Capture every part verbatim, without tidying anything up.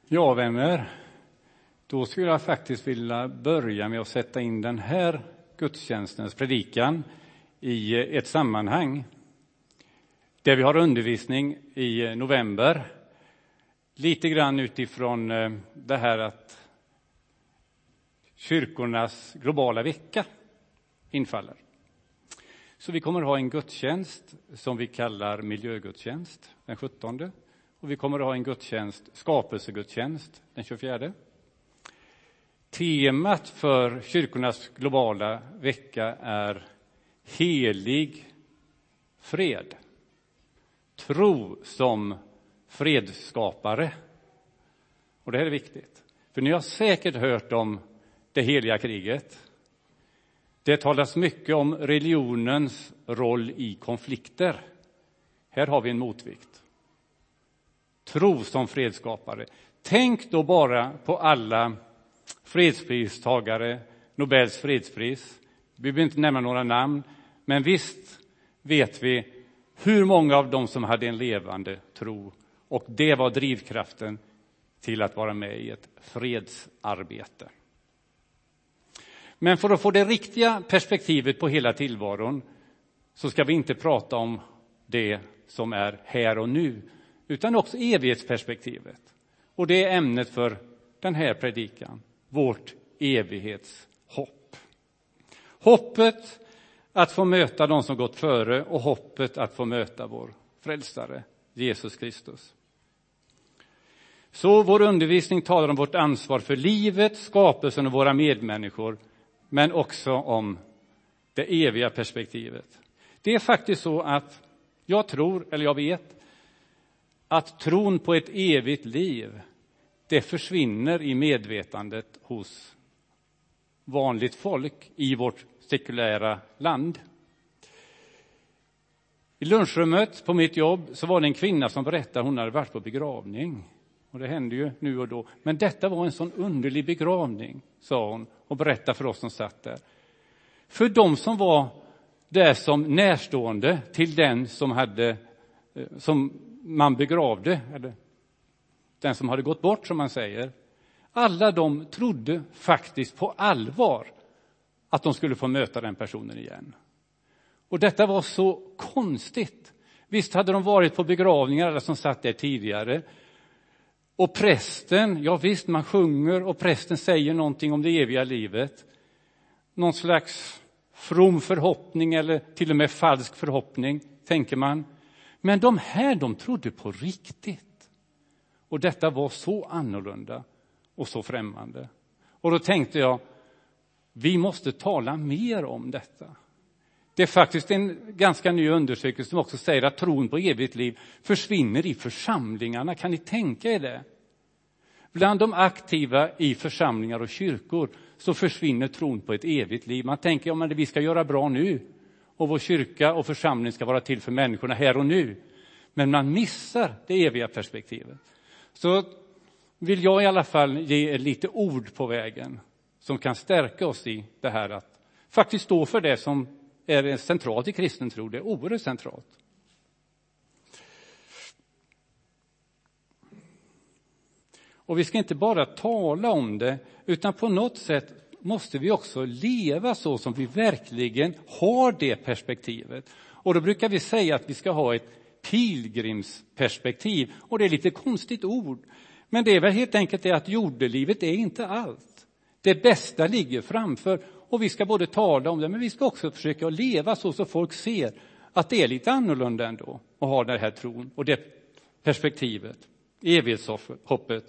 Ja, vänner, då skulle jag faktiskt vilja börja med att sätta in den här gudstjänstens predikan i ett sammanhang. Där vi har undervisning i november. Lite grann utifrån det här att kyrkornas globala vecka infaller. Så vi kommer att ha en gudstjänst som vi kallar miljögudstjänst den sjuttonde. Och vi kommer att ha en gudstjänst, skapelsegudstjänst, den tjugofjärde. Temat för kyrkornas globala vecka är helig fred. Tro som fredsskapare. Och det här är viktigt. För ni har säkert hört om det heliga kriget. Det talas mycket om religionens roll i konflikter. Här har vi en motvikt. Tro som fredsskapare. Tänk då bara på alla fredspristagare, Nobels fredspris. Vi behöver inte nämna några namn, men visst vet vi hur många av dem som hade en levande tro. Och det var drivkraften till att vara med i ett fredsarbete. Men för att få det riktiga perspektivet på hela tillvaron så ska vi inte prata om det som är här och nu, utan också evighetsperspektivet. Och det är ämnet för den här predikan, vårt evighetshopp. Hoppet att få möta de som gått före och hoppet att få möta vår frälsare, Jesus Kristus. Så vår undervisning talar om vårt ansvar för livet, skapelsen och våra medmänniskor, men också om det eviga perspektivet. Det är faktiskt så att jag tror, eller jag vet, att tron på ett evigt liv, det försvinner i medvetandet hos vanligt folk i vårt sekulära land. I lunchrummet på mitt jobb så var det en kvinna som berättade att hon hade varit på begravning. Och det hände ju nu och då. Men detta var en sån underlig begravning, sa hon och berättade för oss som satt där. För de som var där som närstående till den som hade som man begravde, eller den som hade gått bort som man säger. Alla de trodde faktiskt på allvar att de skulle få möta den personen igen. Och detta var så konstigt. Visst hade de varit på begravningar, alla som satt där tidigare. Och prästen, ja visst man sjunger och prästen säger någonting om det eviga livet. Någon slags from förhoppning eller till och med falsk förhoppning, tänker man. Men de här, de trodde på riktigt. Och detta var så annorlunda och så främmande. Och då tänkte jag, vi måste tala mer om detta. Det är faktiskt en ganska ny undersökning som också säger att tron på evigt liv försvinner i församlingarna. Kan ni tänka er det? Bland de aktiva i församlingar och kyrkor så försvinner tron på ett evigt liv. Man tänker om ja, vi ska göra bra nu. Och vår kyrka och församling ska vara till för människorna här och nu. Men man missar det eviga perspektivet. Så vill jag i alla fall ge lite ord på vägen som kan stärka oss i det här att faktiskt stå för det som är centralt i kristen tro. Det är oerhört centralt. Och vi ska inte bara tala om det, utan på något sätt måste vi också leva så som vi verkligen har det perspektivet. Och då brukar vi säga att vi ska ha ett pilgrimsperspektiv. Och det är lite konstigt ord. Men det är väl helt enkelt det att jordelivet är inte allt. Det bästa ligger framför. Och vi ska både tala om det, men vi ska också försöka leva så så folk ser att det är lite annorlunda ändå. Och ha den här tron och det perspektivet. Evighetshoppet.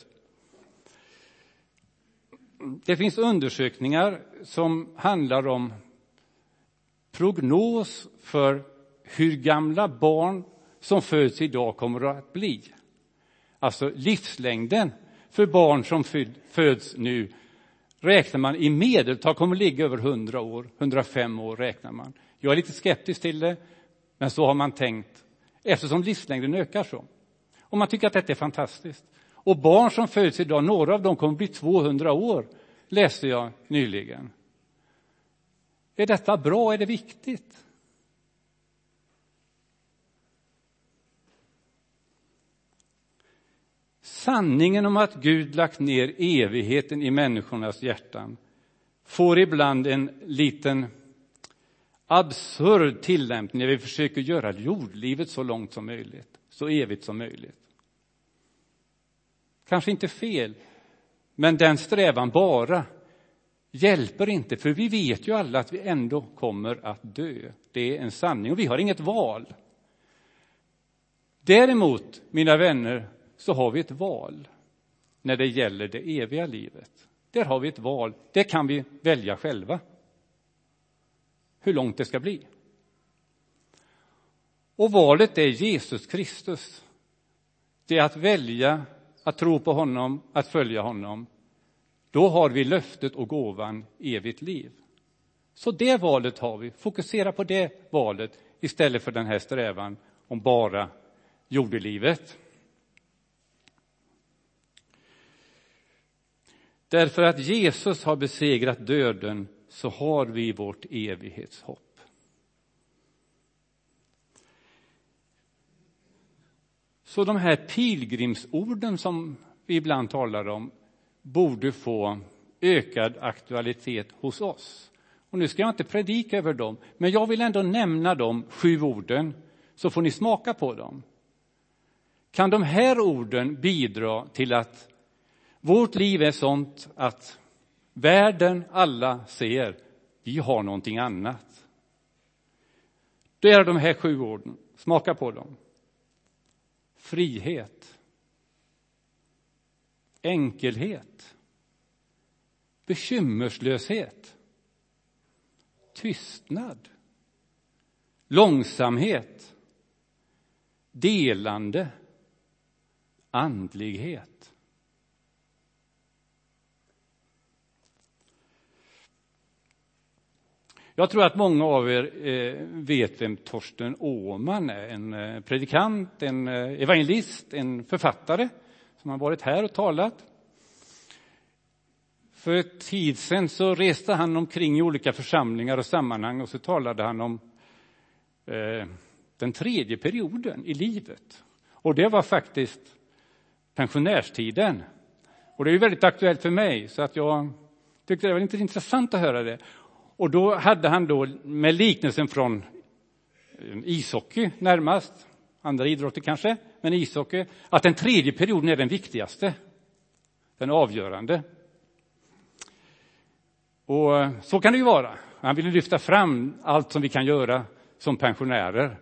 Det finns undersökningar som handlar om prognos för hur gamla barn som föds idag kommer att bli. Alltså livslängden för barn som föds nu räknar man i medeltal kommer att ligga över hundra år, hundrafem år räknar man. Jag är lite skeptisk till det, men så har man tänkt eftersom livslängden ökar så. Och man tycker att detta är fantastiskt. Och barn som föds idag, några av dem kommer att bli tvåhundra år, läste jag nyligen. Är detta bra? Är det viktigt? sanningen om att Gud lagt ner evigheten i människornas hjärtan får ibland en liten absurd tillämpning när vi försöker göra jordlivet så långt som möjligt, så evigt som möjligt. Kanske inte fel, men den strävan bara hjälper inte, för vi vet ju alla att vi ändå kommer att dö. Det är en sanning och vi har inget val. Däremot, mina vänner, så har vi ett val när det gäller det eviga livet. Där har vi ett val. Det kan vi välja själva. Hur långt det ska bli. Och valet är Jesus Kristus. Det är att välja att tro på honom, att följa honom. Då har vi löftet och gåvan evigt liv. Så det valet har vi. Fokusera på det valet istället för den här strävan om bara jordelivet. Därför att Jesus har besegrat döden så har vi vårt evighetshopp. Så de här pilgrimsorden som vi ibland talar om borde få ökad aktualitet hos oss. Och nu ska jag inte predika över dem, men jag vill ändå nämna de sju orden så får ni smaka på dem. Kan de här orden bidra till att vårt liv är sånt att världen alla ser vi har någonting annat? Då är de här sju orden. Smaka på dem. Frihet. Enkelhet. Bekymmerslöshet. Tystnad. Långsamhet. Delande. Andlighet. Jag tror att många av er eh, vet vem Torsten Åman är. En eh, predikant, en eh, evangelist, en författare som har varit här och talat. För ett tid sedan så reste han omkring i olika församlingar och sammanhang och så talade han om eh, den tredje perioden i livet. Och det var faktiskt pensionärstiden. Och det är ju väldigt aktuellt för mig så att jag tyckte det var lite intressant att höra det. Och då hade han då med liknelsen från ishockey närmast, andra idrotter kanske, men ishockey, att den tredje perioden är den viktigaste, den avgörande. Och så kan det ju vara. Han vill lyfta fram allt som vi kan göra som pensionärer.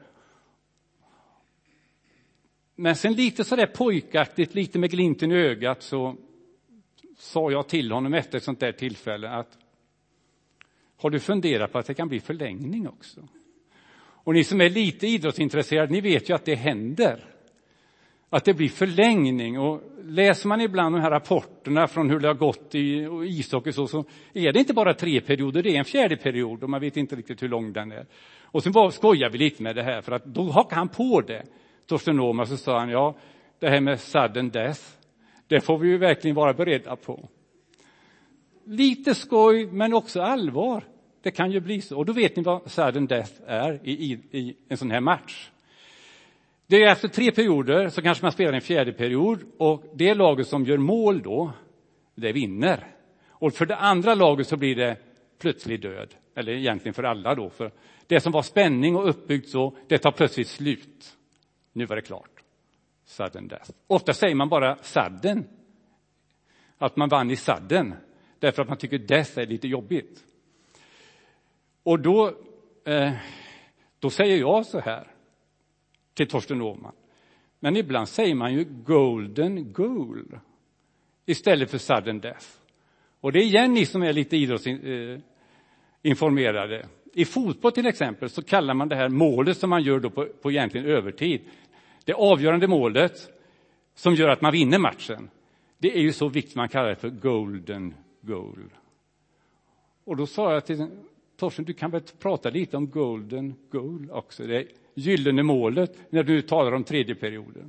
Men sen lite så där pojkaktigt, lite med glimten i ögat så sa jag till honom efter ett sånt där tillfälle att har du funderat på att det kan bli förlängning också? Och ni som är lite idrottsintresserade, ni vet ju att det händer. Att det blir förlängning. Och läser man ibland de här rapporterna från hur det har gått i ishockey så, så är det inte bara tre perioder, det är en fjärde period och man vet inte riktigt hur lång den är. Och sen bara skojar vi lite med det här för att då hakar han på det. Torsten Åman så sa han, ja, det här med sudden death, det får vi ju verkligen vara beredda på. Lite skoj men också allvar. Det kan ju bli så. Och då vet ni vad sudden death är i, i, i en sån här match. Det är efter tre perioder så kanske man spelar en fjärde period. Och det laget som gör mål då, det vinner. Och för det andra laget så blir det plötslig död. Eller egentligen för alla då. För det som var spänning och uppbyggt så, det tar plötsligt slut. Nu var det klart. Sudden death. Ofta säger man bara sudden. Att man vann i sudden. Därför att man tycker death är lite jobbigt. Och då, eh, då säger jag så här till Torsten Åman. Men ibland säger man ju golden goal istället för sudden death. Och det är igen ni som är lite idrottsinformerade. Eh, I fotboll till exempel så kallar man det här målet som man gör då på, på egentligen övertid. Det avgörande målet som gör att man vinner matchen. Det är ju så viktigt man kallar det för golden goal. Och då sa jag till Torsten, du kan väl prata lite om golden goal också. Det är gyllene målet när du talar om tredje perioden.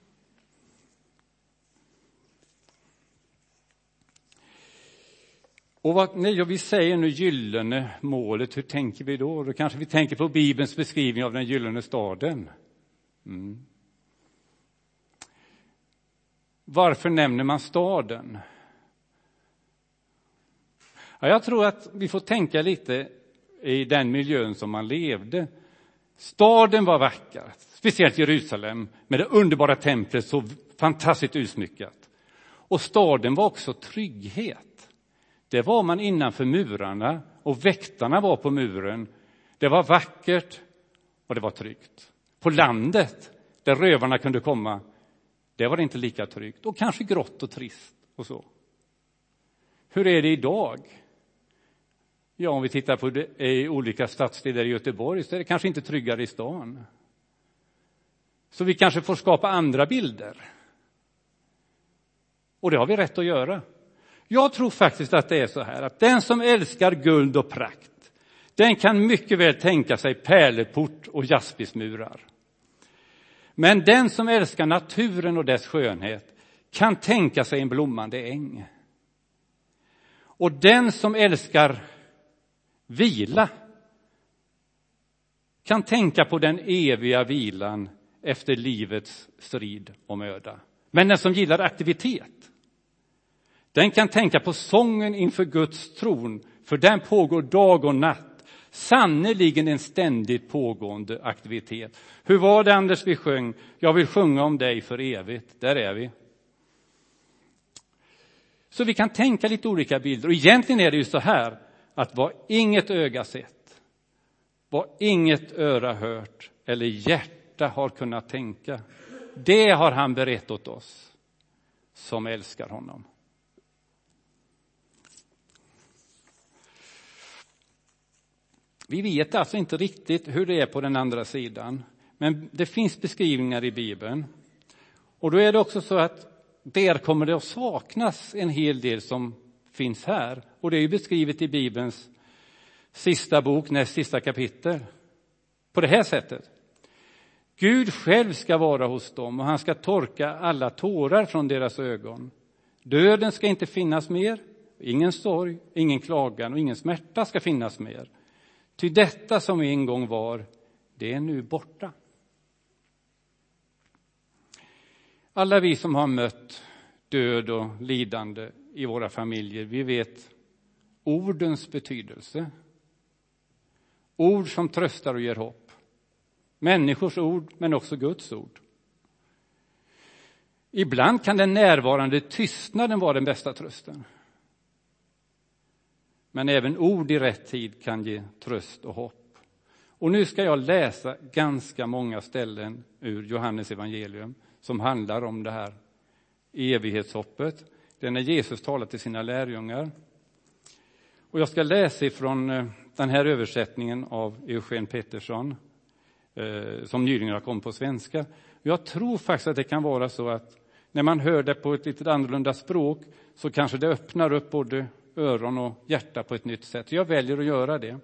Och vad, när vi säger nu gyllene målet, hur tänker vi då? Då kanske vi tänker på Bibelns beskrivning av den gyllene staden. Mm. Varför nämner man staden? Ja, jag tror att vi får tänka lite i den miljön som man levde. Staden var vacker, speciellt Jerusalem, med det underbara templet så fantastiskt utsmyckat. Och staden var också trygghet. Det var man innanför murarna och väktarna var på muren. Det var vackert och det var tryggt. På landet, där rövarna kunde komma, det var inte lika tryggt. Och kanske grått och trist och så. Hur är det idag? Ja, om vi tittar på det i olika stadsdelar i Göteborg så är det kanske inte tryggare i stan. Så vi kanske får skapa andra bilder. Och det har vi rätt att göra. Jag tror faktiskt att det är så här att den som älskar guld och prakt, den kan mycket väl tänka sig pärleport och jaspismurar. Men den som älskar naturen och dess skönhet kan tänka sig en blommande äng. Och den som älskar vila kan tänka på den eviga vilan efter livets strid och möda. Men den som gillar aktivitet, den kan tänka på sången inför Guds tron, för den pågår dag och natt. Sannoliken en ständigt pågående aktivitet. Hur var det, Anders, vi sjöng? Jag vill sjunga om dig för evigt. Där är vi. Så vi kan tänka lite olika bilder. Och egentligen är det ju så här att vad inget öga sett, vad inget öra hört eller hjärta har kunnat tänka, det har han berättat åt oss som älskar honom. Vi vet alltså inte riktigt hur det är på den andra sidan. Men det finns beskrivningar i Bibeln. Och då är det också så att där kommer det att saknas en hel del som finns här. Och det är ju beskrivet i Bibelns sista bok, näst sista kapitel. På det här sättet. Gud själv ska vara hos dem och han ska torka alla tårar från deras ögon. Döden ska inte finnas mer. Ingen sorg, ingen klagan och ingen smärta ska finnas mer. Ty detta som en gång var, det är nu borta. Alla vi som har mött död och lidande i våra familjer, vi vet ordens betydelse. Ord som tröstar och ger hopp. Människors ord, men också Guds ord. Ibland kan den närvarande tystnaden vara den bästa trösten. Men även ord i rätt tid kan ge tröst och hopp. Och nu ska jag läsa ganska många ställen ur Johannes evangelium som handlar om det här evighetshoppet. Det är när Jesus talar till sina lärjungar. Och jag ska läsa ifrån den här översättningen av Eugen Pettersson som nyligen har kommit på svenska. Jag tror faktiskt att det kan vara så att när man hör det på ett lite annorlunda språk så kanske det öppnar upp både öron och hjärta på ett nytt sätt. Jag väljer att göra det.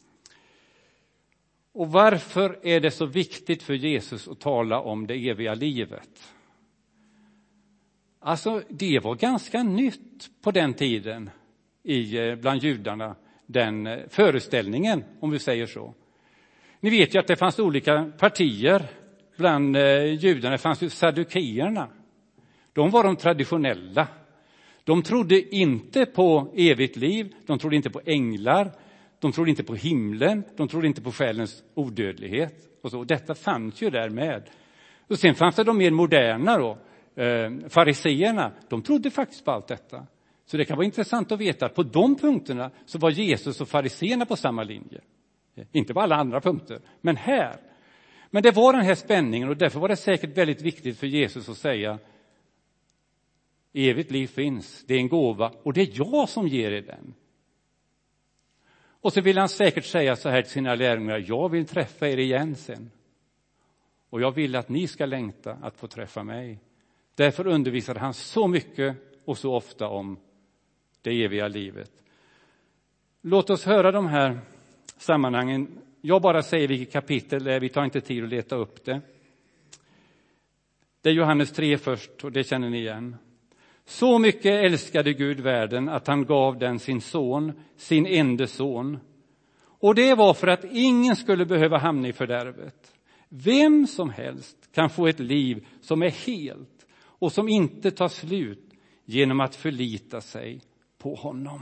Och varför är det så viktigt för Jesus att tala om det eviga livet? Alltså, det var ganska nytt på den tiden i, bland judarna, den föreställningen, om vi säger så. Ni vet ju att det fanns olika partier bland judarna. Det fanns ju saddukeerna. De var de traditionella. De trodde inte på evigt liv, de trodde inte på änglar, de trodde inte på himlen, de trodde inte på själens odödlighet. Och så. Detta fanns ju där med. Och sen fanns det de mer moderna då, eh, fariseerna, de trodde faktiskt på allt detta. Så det kan vara intressant att veta att på de punkterna så var Jesus och fariseerna på samma linje. Inte på alla andra punkter, men här. Men det var den här spänningen och därför var det säkert väldigt viktigt för Jesus att säga: evigt liv finns, det är en gåva och det är jag som ger er den. Och så vill han säkert säga så här till sina lärjungar: jag vill träffa er igen sen. Och jag vill att ni ska längta att få träffa mig. Därför undervisade han så mycket och så ofta om det eviga livet. Låt oss höra de här sammanhangen. Jag bara säger vilket kapitel det är, vi tar inte tid att leta upp det. Det är Johannes tre först och det känner ni igen. Så mycket älskade Gud världen att han gav den sin son, sin enda son. Och det var för att ingen skulle behöva hamna i fördärvet. Vem som helst kan få ett liv som är helt och som inte tar slut genom att förlita sig på honom.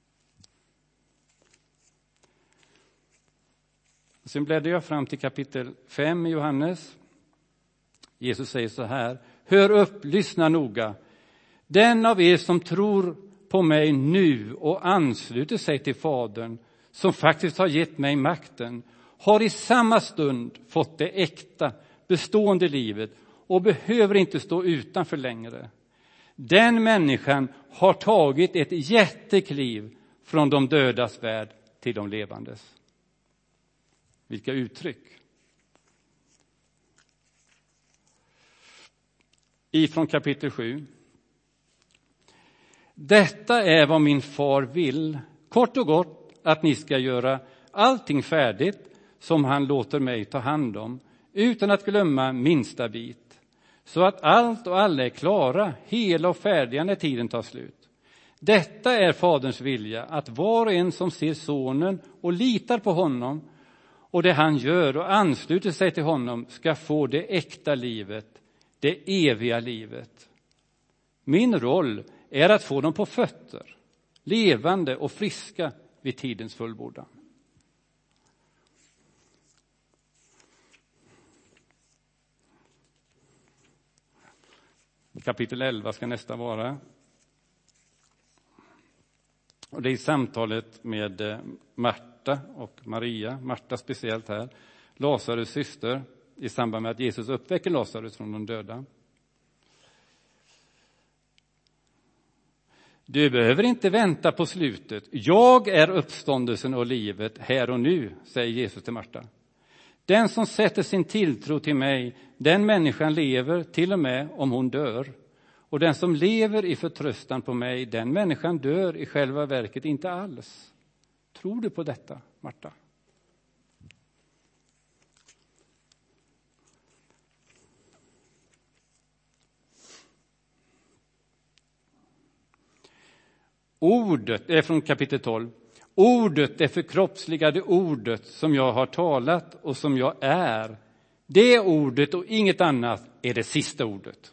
Sen bläddrar jag fram till kapitel fem i Johannes. Jesus säger så här: hör upp, lyssna noga. Den av er som tror på mig nu och ansluter sig till Fadern, som faktiskt har gett mig makten, har i samma stund fått det äkta, bestående livet och behöver inte stå utanför längre. Den människan har tagit ett jättekliv från de dödas värld till de levandes. Vilka uttryck! Ifrån kapitel sju. Detta är vad min far vill, kort och gott, att ni ska göra allting färdigt som han låter mig ta hand om, utan att glömma minsta bit, så att allt och alla är klara, hela och färdiga när tiden tar slut. Detta är Faderns vilja, att var och en som ser sonen och litar på honom och det han gör och ansluter sig till honom ska få det äkta livet, det eviga livet. Min roll är att få dem på fötter, levande och friska vid tidens fullbordan. Kapitel elva ska nästa vara. Och det är samtalet med Marta och Maria, Marta speciellt här, Lazarus syster, i samband med att Jesus uppväcker Lazarus från de döda. Du behöver inte vänta på slutet. Jag är uppståndelsen och livet här och nu, säger Jesus till Marta. Den som sätter sin tilltro till mig, den människan lever till och med om hon dör. Och den som lever i förtröstan på mig, den människan dör i själva verket inte alls. Tror du på detta, Marta? Ordet är från kapitel tolv. Ordet är förkroppsligade ordet som jag har talat och som jag är. Det ordet och inget annat är det sista ordet.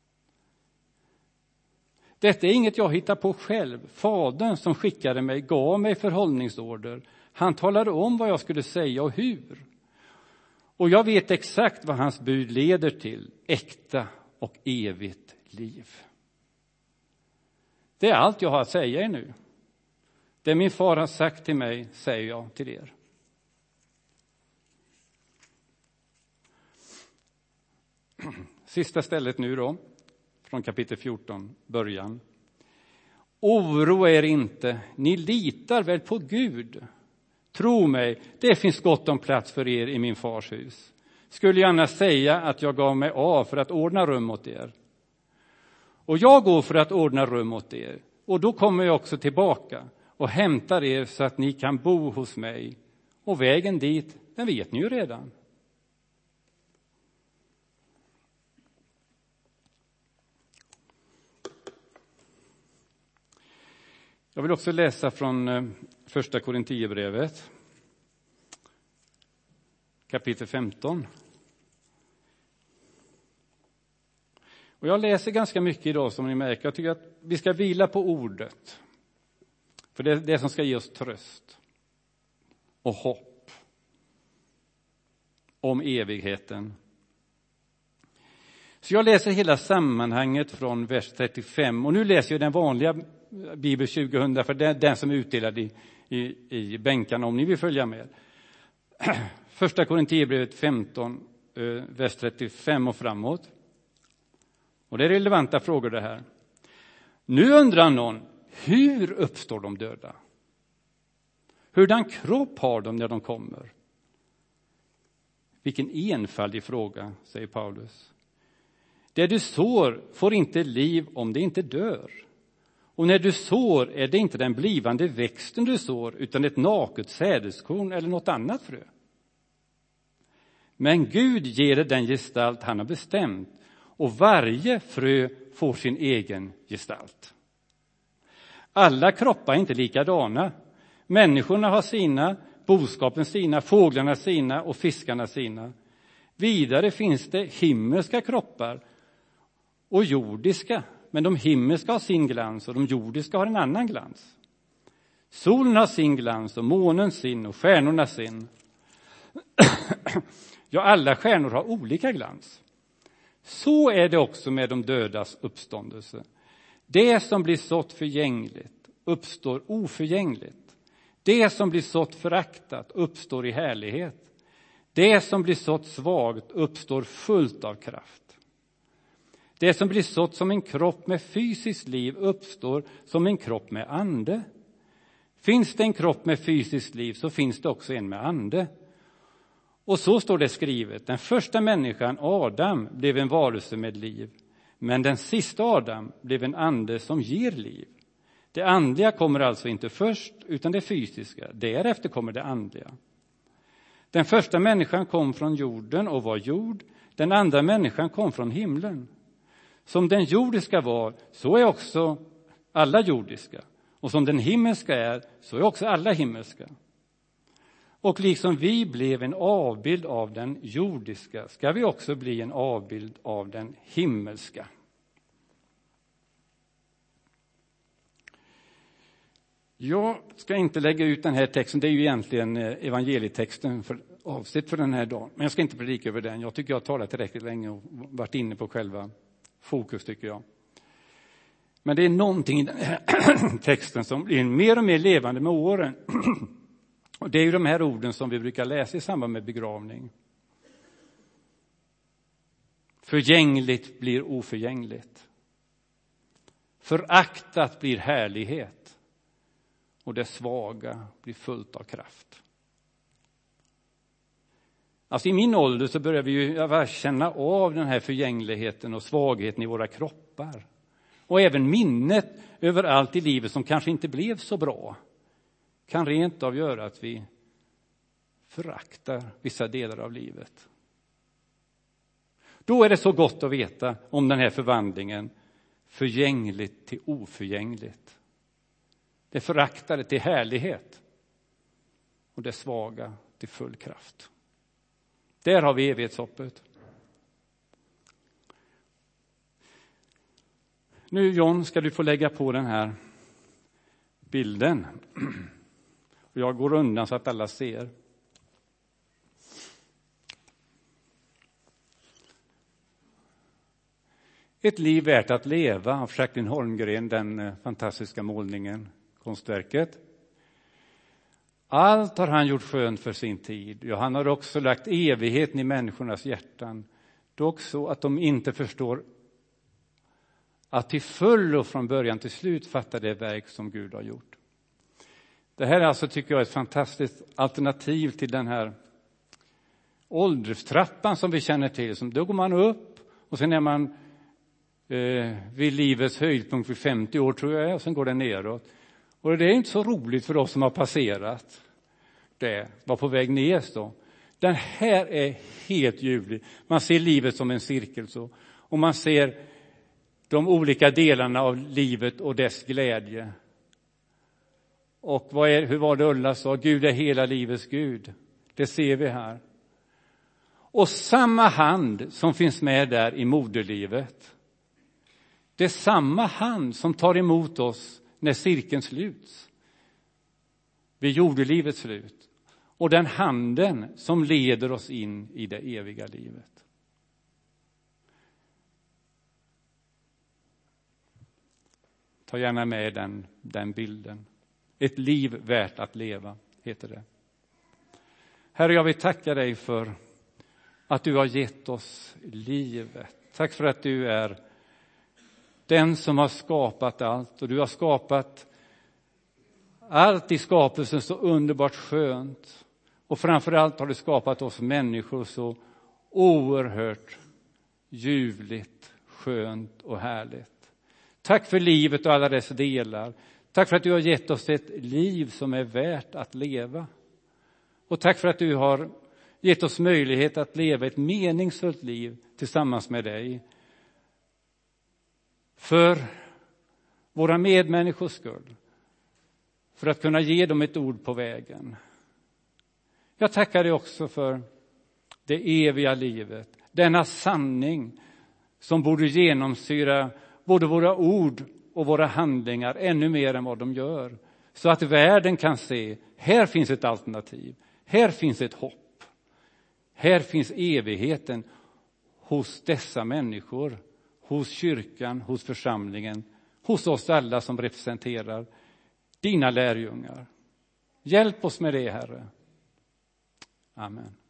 Detta är inget jag hittar på själv. Fadern som skickade mig gav mig förhållningsorder. Han talade om vad jag skulle säga och hur. Och jag vet exakt vad hans bud leder till. Äkta och evigt liv. Det är allt jag har att säga er nu. Det min far har sagt till mig säger jag till er. Sista stället nu då, från kapitel fjorton, början. Oroa er inte, ni litar väl på Gud. Tro mig, det finns gott om plats för er i min fars hus. Skulle jag annars säga att jag gav mig av för att ordna rum åt er. Och jag går för att ordna rum åt er. Och då kommer jag också tillbaka och hämtar er så att ni kan bo hos mig. Och vägen dit, den vet ni ju redan. Jag vill också läsa från första Korinthierbrevet, kapitel femton. Och jag läser ganska mycket idag som ni märker. Jag tycker att vi ska vila på ordet. För det är det som ska ge oss tröst och hopp om evigheten. Så jag läser hela sammanhanget från vers trettiofem. Och nu läser jag den vanliga Bibel tjugohundra, för det är den som är utdelad i, i, i bänkarna om ni vill följa med. Första Korinthierbrevet femton, vers trettiofem och framåt. Och det är relevanta frågor det här. Nu undrar någon, hur uppstår de döda? Hurdan kropp har de när de kommer? Vilken enfaldig fråga, säger Paulus. Det du sår får inte liv om det inte dör. Och när du sår är det inte den blivande växten du sår, utan ett naket sädeskorn eller något annat frö. Men Gud ger det den gestalt han har bestämt, och varje frö får sin egen gestalt. Alla kroppar är inte likadana. Människorna har sina, boskapen sina, fåglarna sina och fiskarna sina. Vidare finns det himmelska kroppar och jordiska. Men de himmelska har sin glans och de jordiska har en annan glans. Solen har sin glans och månen sin och stjärnorna sin. Ja, alla stjärnor har olika glans. Så är det också med de dödas uppståndelse. Det som blir sått förgängligt uppstår oförgängligt. Det som blir sått föraktat uppstår i härlighet. Det som blir sått svagt uppstår fullt av kraft. Det som blir sått som en kropp med fysiskt liv uppstår som en kropp med ande. Finns det en kropp med fysiskt liv så finns det också en med ande. Och så står det skrivet. Den första människan, Adam, blev en varelse med liv. Men den sista Adam blev en ande som ger liv. Det andliga kommer alltså inte först utan det fysiska. Därefter kommer det andliga. Den första människan kom från jorden och var jord. Den andra människan kom från himlen. Som den jordiska var, så är också alla jordiska. Och som den himmelska är, så är också alla himmelska. Och liksom vi blev en avbild av den jordiska, ska vi också bli en avbild av den himmelska. Jag ska inte lägga ut den här texten, det är ju egentligen evangelietexten för, avsett för den här dagen. Men jag ska inte predika över den, jag tycker jag har talat tillräckligt länge och varit inne på själva fokus tycker jag. Men det är någonting i den här texten som blir mer och mer levande med åren. Och det är ju de här orden som vi brukar läsa i samband med begravning. Förgängligt blir oförgängligt. Föraktat blir härlighet. Och det svaga blir fullt av kraft. Alltså i min ålder så börjar vi ju känna av den här förgängligheten och svagheten i våra kroppar. Och även minnet över allt i livet som kanske inte blev så bra kan rent av göra att vi föraktar vissa delar av livet. Då är det så gott att veta om den här förvandlingen, förgängligt till oförgängligt. Det föraktade till härlighet och det svaga till full kraft. Där har vi evighetshoppet. Nu John ska du få lägga på den här bilden. Jag går undan så att alla ser. Ett liv värt att leva av Jacqueline Holmgren, den fantastiska målningen, konstverket. Allt har han gjort skönt för sin tid. Ja, han har också lagt evigheten i människornas hjärtan. Dock så att de inte förstår att till fullo från början till slut fatta det verk som Gud har gjort. Det här är alltså, tycker jag, ett fantastiskt alternativ till den här ålderstrappan som vi känner till. Som då går man upp och sen är man eh, vid livets höjdpunkt vid femtio år tror jag, och sen går det neråt. Och det är inte så roligt för oss som har passerat det, var på väg ner så. Den här är helt ljuvlig. Man ser livet som en cirkel så. Och man ser de olika delarna av livet och dess glädje. Och vad är, hur var det Ulla sa? Gud är hela livets Gud. Det ser vi här. Och samma hand som finns med där i moderlivet. Det är samma hand som tar emot oss när cirkeln sluts. Vid jordelivets slut. Och den handen som leder oss in i det eviga livet. Ta gärna med den, den bilden. Ett liv värt att leva, heter det. Herre, jag vill tacka dig för att du har gett oss livet. Tack för att du är den som har skapat allt. Och du har skapat allt i skapelsen så underbart skönt. Och framförallt har du skapat oss människor så oerhört ljuvligt, skönt och härligt. Tack för livet och alla dess delar. Tack för att du har gett oss ett liv som är värt att leva. Och tack för att du har gett oss möjlighet att leva ett meningsfullt liv tillsammans med dig. För våra medmänniskors skull. För att kunna ge dem ett ord på vägen. Jag tackar dig också för det eviga livet. Denna sanning som borde genomsyra både våra ord och våra handlingar ännu mer än vad de gör. Så att världen kan se, här finns ett alternativ, här finns ett hopp. Här finns evigheten hos dessa människor, hos kyrkan, hos församlingen, hos oss alla som representerar dina lärjungar. Hjälp oss med det, Herre. Amen.